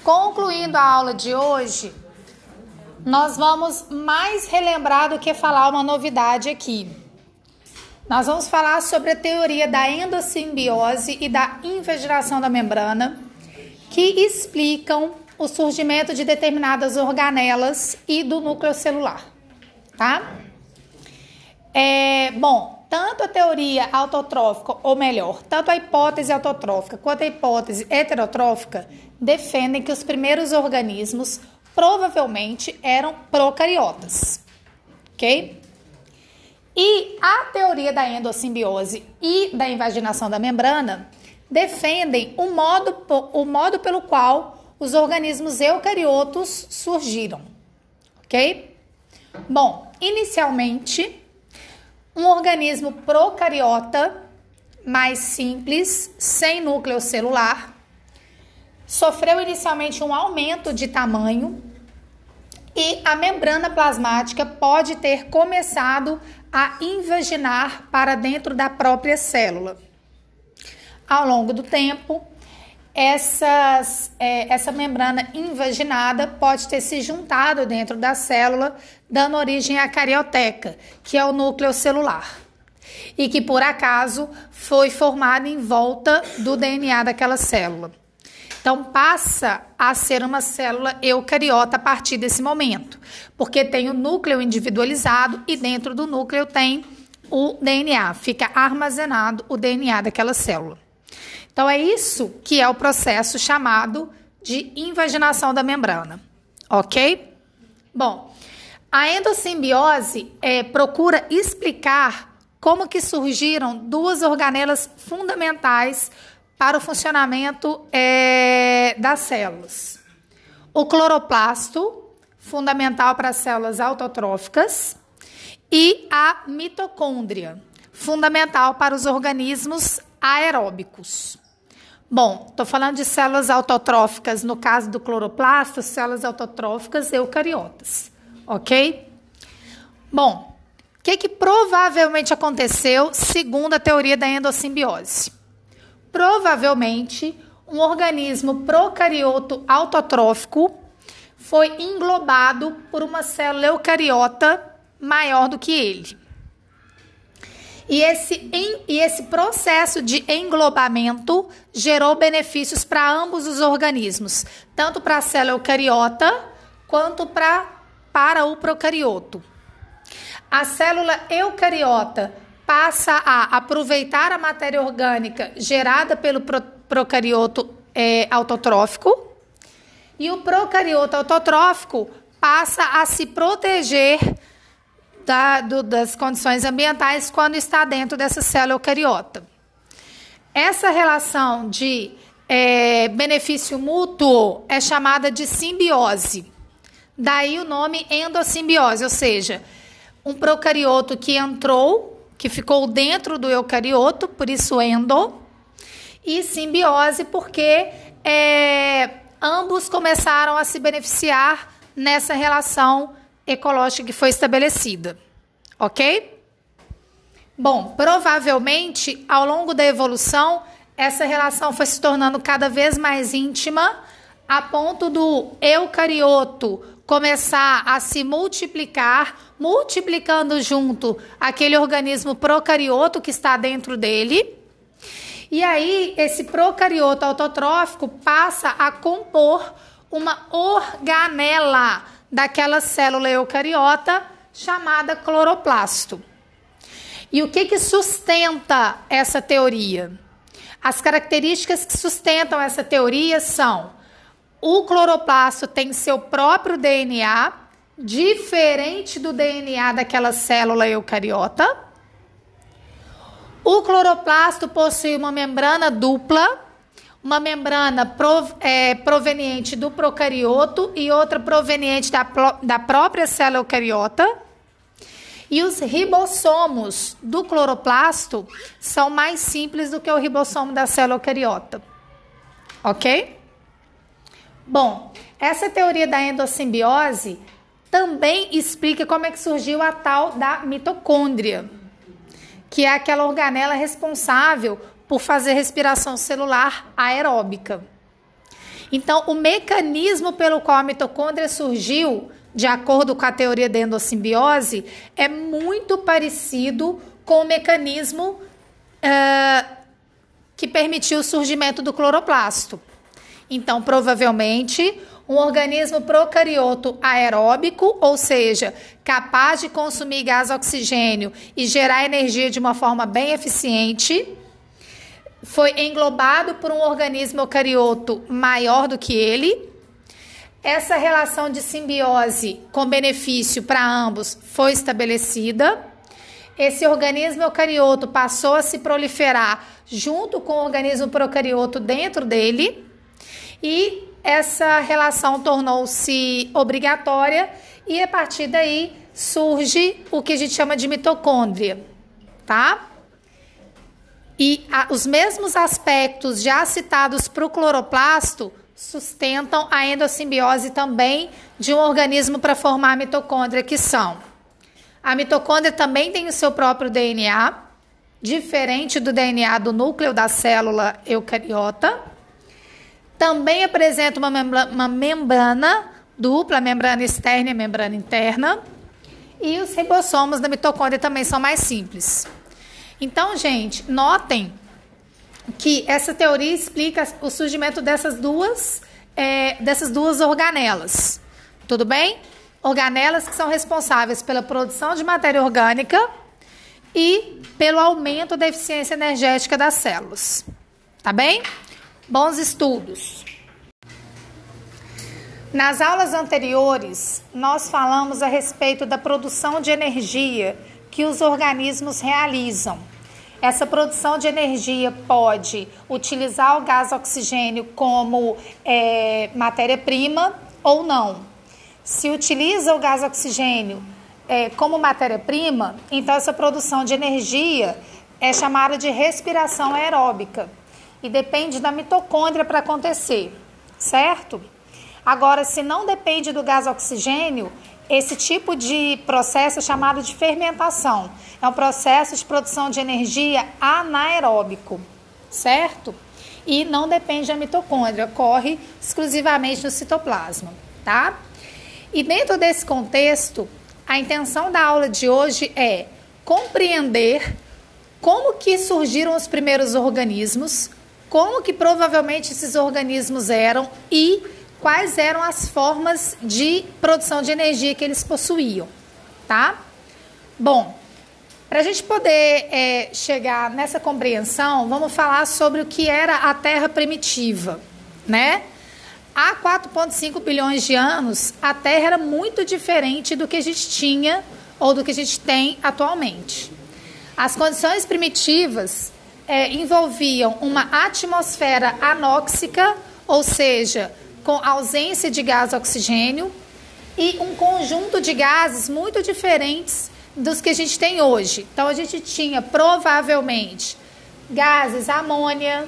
Concluindo a aula de hoje, nós vamos mais relembrar do que falar uma novidade aqui. Nós vamos falar sobre a teoria da endossimbiose e da invaginação da membrana, que explicam o surgimento de determinadas organelas e do núcleo celular, tá? Tanto a teoria autotrófica, ou melhor, tanto a hipótese autotrófica quanto a hipótese heterotrófica defendem que os primeiros organismos provavelmente eram procariotas, ok? E a teoria da endossimbiose e da invaginação da membrana defendem o modo pelo qual os organismos eucariotos surgiram, ok? Bom, inicialmente, um organismo procariota, mais simples, sem núcleo celular, sofreu inicialmente um aumento de tamanho e a membrana plasmática pode ter começado a invaginar para dentro da própria célula. Ao longo do tempo, essa membrana invaginada pode ter se juntado dentro da célula, dando origem à carioteca, que é o núcleo celular, e que por acaso foi formado em volta do DNA daquela célula. Então passa a ser uma célula eucariota a partir desse momento, porque tem o núcleo individualizado e dentro do núcleo tem o DNA, fica armazenado o DNA daquela célula. Então, é isso que é o processo chamado de invaginação da membrana, ok? Bom, a endossimbiose procura explicar como que surgiram duas organelas fundamentais para o funcionamento das células. O cloroplasto, fundamental para as células autotróficas, e a mitocôndria, fundamental para os organismos aeróbicos. Bom, estou falando de células autotróficas, no caso do cloroplasto, células autotróficas eucariotas, ok? Bom, o que provavelmente aconteceu segundo a teoria da endossimbiose? Provavelmente, um organismo procarioto autotrófico foi englobado por uma célula eucariota maior do que ele. E esse processo de englobamento gerou benefícios para ambos os organismos, tanto para a célula eucariota quanto para o procarioto. A célula eucariota passa a aproveitar a matéria orgânica gerada pelo procarioto autotrófico e o procarioto autotrófico passa a se proteger das condições ambientais quando está dentro dessa célula eucariota. Essa relação de benefício mútuo é chamada de simbiose. Daí o nome endossimbiose, ou seja, um procarioto que ficou dentro do eucarioto, por isso endo, e simbiose porque ambos começaram a se beneficiar nessa relação ecológica que foi estabelecida, ok? Bom, provavelmente, ao longo da evolução, essa relação foi se tornando cada vez mais íntima, a ponto do eucarioto começar a se multiplicar, multiplicando junto aquele organismo procarioto que está dentro dele. E aí, esse procarioto autotrófico passa a compor uma organela daquela célula eucariota chamada cloroplasto. E o que sustenta essa teoria? As características que sustentam essa teoria são: o cloroplasto tem seu próprio DNA, diferente do DNA daquela célula eucariota. O cloroplasto possui uma membrana dupla, uma membrana proveniente do procarioto e outra proveniente da própria célula eucariota. E os ribossomos do cloroplasto são mais simples do que o ribossomo da célula eucariota. Ok? Bom, essa teoria da endossimbiose também explica como é que surgiu a tal da mitocôndria, que é aquela organela responsável por fazer respiração celular aeróbica. Então, o mecanismo pelo qual a mitocôndria surgiu, de acordo com a teoria da endossimbiose, é muito parecido com o mecanismo que permitiu o surgimento do cloroplasto. Então, provavelmente, um organismo procarioto aeróbico, ou seja, capaz de consumir gás oxigênio e gerar energia de uma forma bem eficiente, foi englobado por um organismo eucarioto maior do que ele. Essa relação de simbiose com benefício para ambos foi estabelecida. Esse organismo eucarioto passou a se proliferar junto com o organismo procarioto dentro dele e essa relação tornou-se obrigatória e a partir daí surge o que a gente chama de mitocôndria, tá? E os mesmos aspectos já citados para o cloroplasto sustentam a endossimbiose também de um organismo para formar a mitocôndria, que são: a mitocôndria também tem o seu próprio DNA, diferente do DNA do núcleo da célula eucariota. Também apresenta uma membrana dupla, membrana externa e membrana interna. E os ribossomos da mitocôndria também são mais simples. Então, gente, notem que essa teoria explica o surgimento dessas duas organelas. Tudo bem? Organelas que são responsáveis pela produção de matéria orgânica e pelo aumento da eficiência energética das células. Tá bem? Bons estudos. Nas aulas anteriores, nós falamos a respeito da produção de energia que os organismos realizam. Essa produção de energia pode utilizar o gás oxigênio como matéria-prima ou não. Se utiliza o gás oxigênio como matéria-prima, então essa produção de energia é chamada de respiração aeróbica e depende da mitocôndria para acontecer, certo? Agora, se não depende do gás oxigênio, esse tipo de processo é chamado de fermentação. É um processo de produção de energia anaeróbico, certo? E não depende da mitocôndria, ocorre exclusivamente no citoplasma, tá? E dentro desse contexto, a intenção da aula de hoje é compreender como que surgiram os primeiros organismos, como que provavelmente esses organismos eram e quais eram as formas de produção de energia que eles possuíam, tá? Bom, para a gente poder chegar nessa compreensão, vamos falar sobre o que era a Terra primitiva, né? Há 4,5 bilhões de anos, a Terra era muito diferente do que a gente tinha ou do que a gente tem atualmente. As condições primitivas envolviam uma atmosfera anóxica, ou seja, com ausência de gás oxigênio e um conjunto de gases muito diferentes dos que a gente tem hoje. Então, a gente tinha provavelmente gases amônia,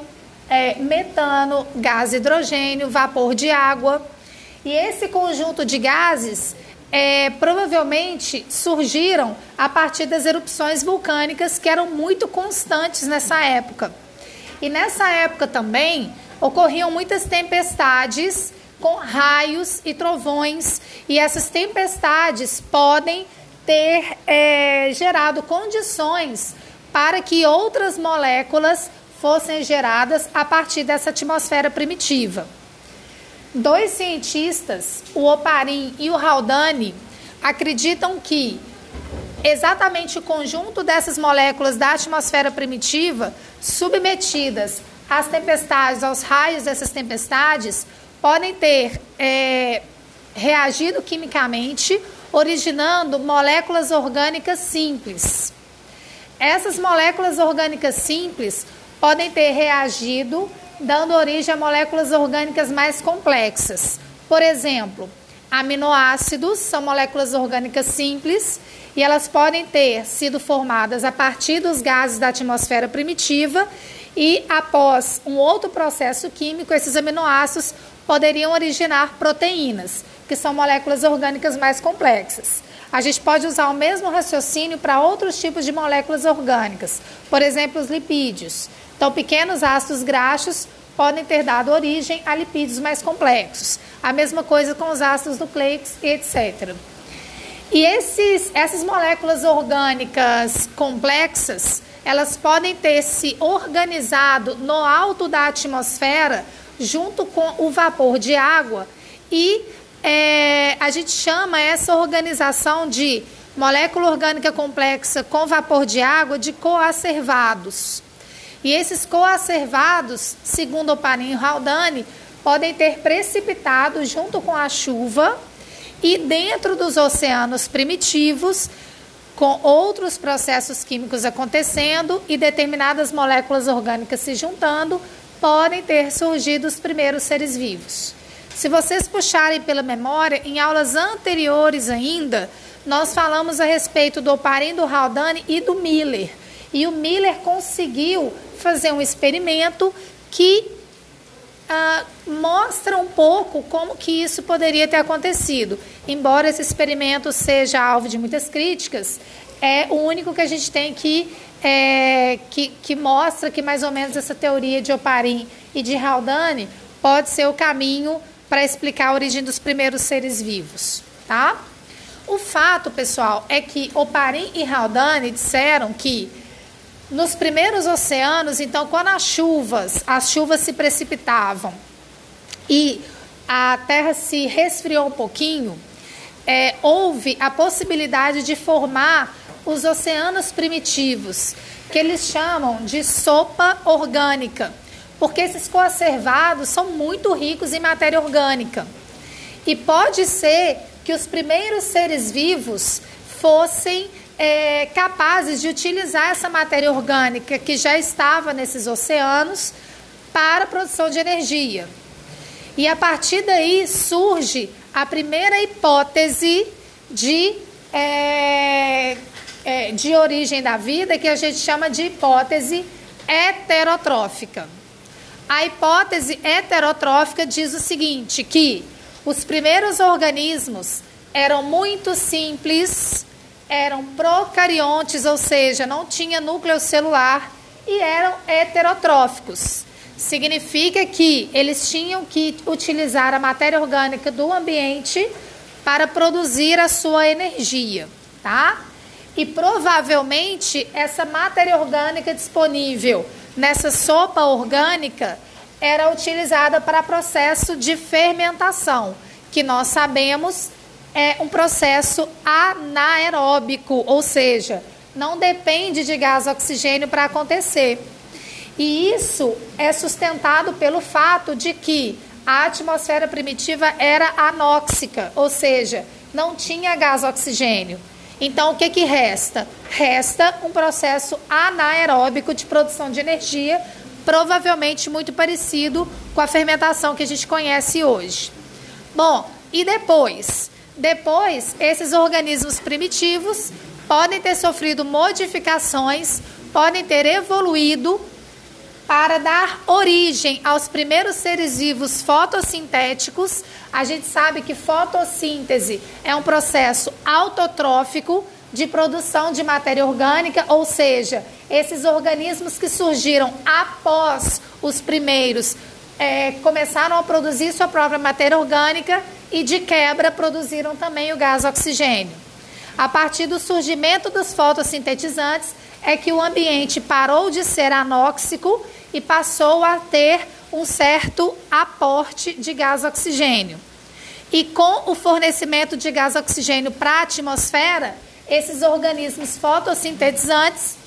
metano, gás hidrogênio, vapor de água. E esse conjunto de gases provavelmente surgiram a partir das erupções vulcânicas que eram muito constantes nessa época. E nessa época também ocorriam muitas tempestades com raios e trovões, e essas tempestades podem ter gerado condições para que outras moléculas fossem geradas a partir dessa atmosfera primitiva. Dois cientistas, o Oparin e o Haldane, acreditam que exatamente o conjunto dessas moléculas da atmosfera primitiva, submetidas às tempestades, aos raios dessas tempestades, podem ter reagido quimicamente, originando moléculas orgânicas simples. Essas moléculas orgânicas simples podem ter reagido, dando origem a moléculas orgânicas mais complexas. Por exemplo, aminoácidos são moléculas orgânicas simples e elas podem ter sido formadas a partir dos gases da atmosfera primitiva e, após um outro processo químico, esses aminoácidos poderiam originar proteínas, que são moléculas orgânicas mais complexas. A gente pode usar o mesmo raciocínio para outros tipos de moléculas orgânicas, por exemplo, os lipídios. Então, pequenos ácidos graxos podem ter dado origem a lipídios mais complexos. A mesma coisa com os ácidos nucleicos, etc. E essas moléculas orgânicas complexas, elas podem ter se organizado no alto da atmosfera, junto com o vapor de água, e a gente chama essa organização de molécula orgânica complexa com vapor de água de coacervados. E esses coacervados, segundo Oparin e Haldane, podem ter precipitado junto com a chuva e dentro dos oceanos primitivos, com outros processos químicos acontecendo e determinadas moléculas orgânicas se juntando, podem ter surgido os primeiros seres vivos. Se vocês puxarem pela memória, em aulas anteriores ainda, nós falamos a respeito do Oparin, do Haldane e do Miller. E o Miller conseguiu fazer um experimento que mostra um pouco como que isso poderia ter acontecido. Embora esse experimento seja alvo de muitas críticas, é o único que a gente tem que mostra que mais ou menos essa teoria de Oparin e de Haldane pode ser o caminho para explicar a origem dos primeiros seres vivos, tá? O fato, pessoal, é que Oparin e Haldane disseram que nos primeiros oceanos, então, quando as chuvas se precipitavam e a Terra se resfriou um pouquinho, houve a possibilidade de formar os oceanos primitivos, que eles chamam de sopa orgânica, porque esses coacervados são muito ricos em matéria orgânica. E pode ser que os primeiros seres vivos fossem capazes de utilizar essa matéria orgânica que já estava nesses oceanos para a produção de energia. E a partir daí surge a primeira hipótese de origem da vida, que a gente chama de hipótese heterotrófica. A hipótese heterotrófica diz o seguinte, que os primeiros organismos eram muito simples, eram procariontes, ou seja, não tinha núcleo celular e eram heterotróficos. Significa que eles tinham que utilizar a matéria orgânica do ambiente para produzir a sua energia, tá? E provavelmente essa matéria orgânica disponível nessa sopa orgânica era utilizada para processo de fermentação, que nós sabemos é um processo anaeróbico, ou seja, não depende de gás oxigênio para acontecer. E isso é sustentado pelo fato de que a atmosfera primitiva era anóxica, ou seja, não tinha gás oxigênio. Então, o que resta? Resta um processo anaeróbico de produção de energia, provavelmente muito parecido com a fermentação que a gente conhece hoje. Bom, e depois? Depois, esses organismos primitivos podem ter sofrido modificações, podem ter evoluído para dar origem aos primeiros seres vivos fotossintéticos. A gente sabe que fotossíntese é um processo autotrófico de produção de matéria orgânica, ou seja, esses organismos que surgiram após os primeiros começaram a produzir sua própria matéria orgânica e, de quebra, produziram também o gás oxigênio. A partir do surgimento dos fotossintetizantes é que o ambiente parou de ser anóxico e passou a ter um certo aporte de gás oxigênio. E com o fornecimento de gás oxigênio para a atmosfera, esses organismos fotossintetizantes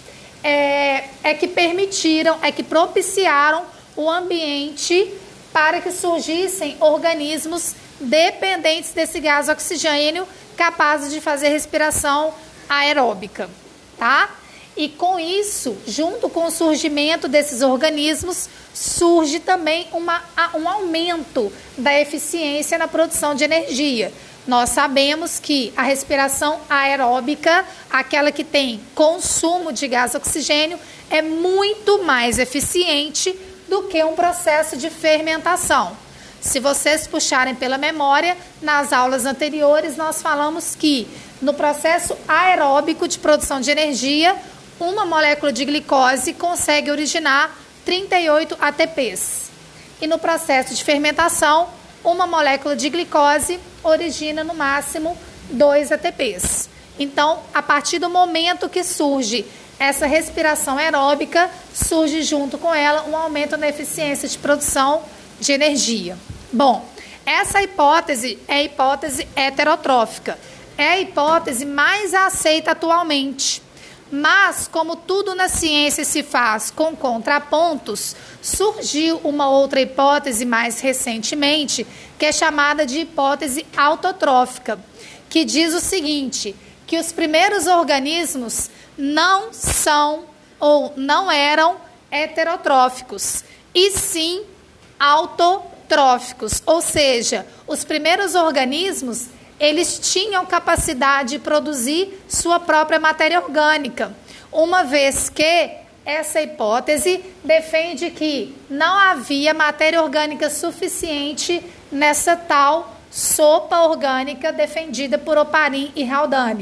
que propiciaram o ambiente para que surgissem organismos dependentes desse gás oxigênio, capazes de fazer respiração aeróbica, tá? E com isso, junto com o surgimento desses organismos, surge também um aumento da eficiência na produção de energia. Nós sabemos que a respiração aeróbica, aquela que tem consumo de gás oxigênio, é muito mais eficiente do que um processo de fermentação. Se vocês puxarem pela memória, nas aulas anteriores nós falamos que no processo aeróbico de produção de energia, uma molécula de glicose consegue originar 38 ATPs. e no processo de fermentação, uma molécula de glicose origina no máximo 2 ATPs. Então, a partir do momento que surge essa respiração aeróbica, surge junto com ela um aumento na eficiência de produção de energia. Bom, essa hipótese é a hipótese heterotrófica. É a hipótese mais aceita atualmente. Mas, como tudo na ciência se faz com contrapontos, surgiu uma outra hipótese mais recentemente, que é chamada de hipótese autotrófica, que diz o seguinte, que os primeiros organismos não são ou não eram heterotróficos, e sim autotróficos, ou seja, os primeiros organismos eles tinham capacidade de produzir sua própria matéria orgânica, uma vez que essa hipótese defende que não havia matéria orgânica suficiente nessa tal sopa orgânica defendida por Oparin e Haldane.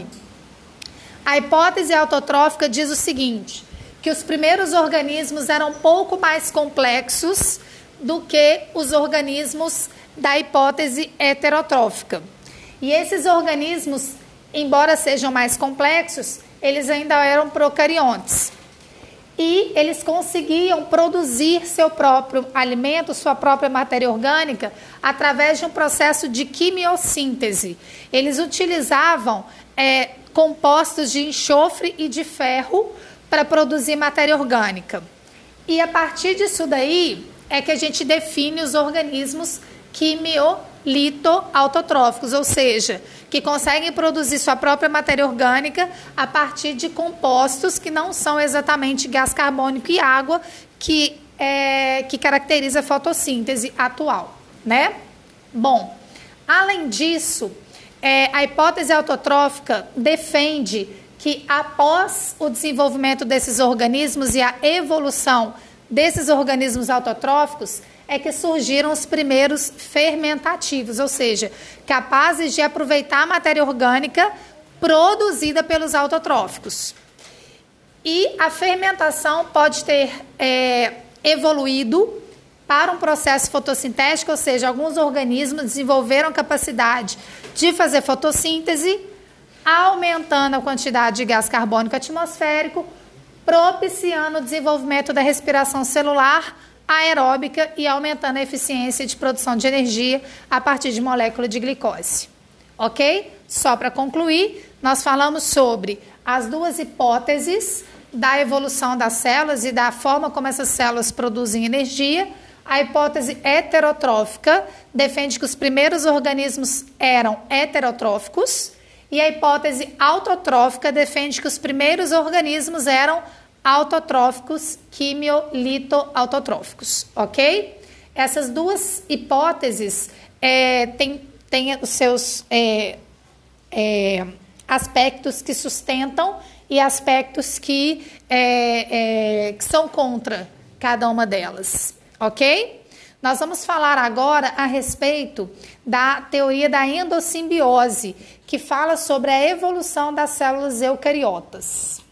A hipótese autotrófica diz o seguinte, que os primeiros organismos eram um pouco mais complexos do que os organismos da hipótese heterotrófica. E esses organismos, embora sejam mais complexos, eles ainda eram procariontes. E eles conseguiam produzir seu próprio alimento, sua própria matéria orgânica, através de um processo de quimiossíntese. Eles utilizavam compostos de enxofre e de ferro para produzir matéria orgânica. E a partir disso daí é que a gente define os organismos quimiolito-autotróficos, ou seja, que conseguem produzir sua própria matéria orgânica a partir de compostos que não são exatamente gás carbônico e água, que caracteriza a fotossíntese atual, né? Bom, além disso, a hipótese autotrófica defende que após o desenvolvimento desses organismos e a evolução desses organismos autotróficos, é que surgiram os primeiros fermentativos, ou seja, capazes de aproveitar a matéria orgânica produzida pelos autotróficos. E a fermentação pode ter evoluído para um processo fotossintético, ou seja, alguns organismos desenvolveram capacidade de fazer fotossíntese, aumentando a quantidade de gás carbônico atmosférico, propiciando o desenvolvimento da respiração celular aeróbica e aumentando a eficiência de produção de energia a partir de molécula de glicose. Ok? Só para concluir, nós falamos sobre as duas hipóteses da evolução das células e da forma como essas células produzem energia. A hipótese heterotrófica defende que os primeiros organismos eram heterotróficos e a hipótese autotrófica defende que os primeiros organismos eram autotróficos, quimiolito-autotróficos, ok? Essas duas hipóteses têm os seus aspectos que sustentam e aspectos que são contra cada uma delas, ok? Nós vamos falar agora a respeito da teoria da endossimbiose, que fala sobre a evolução das células eucariotas.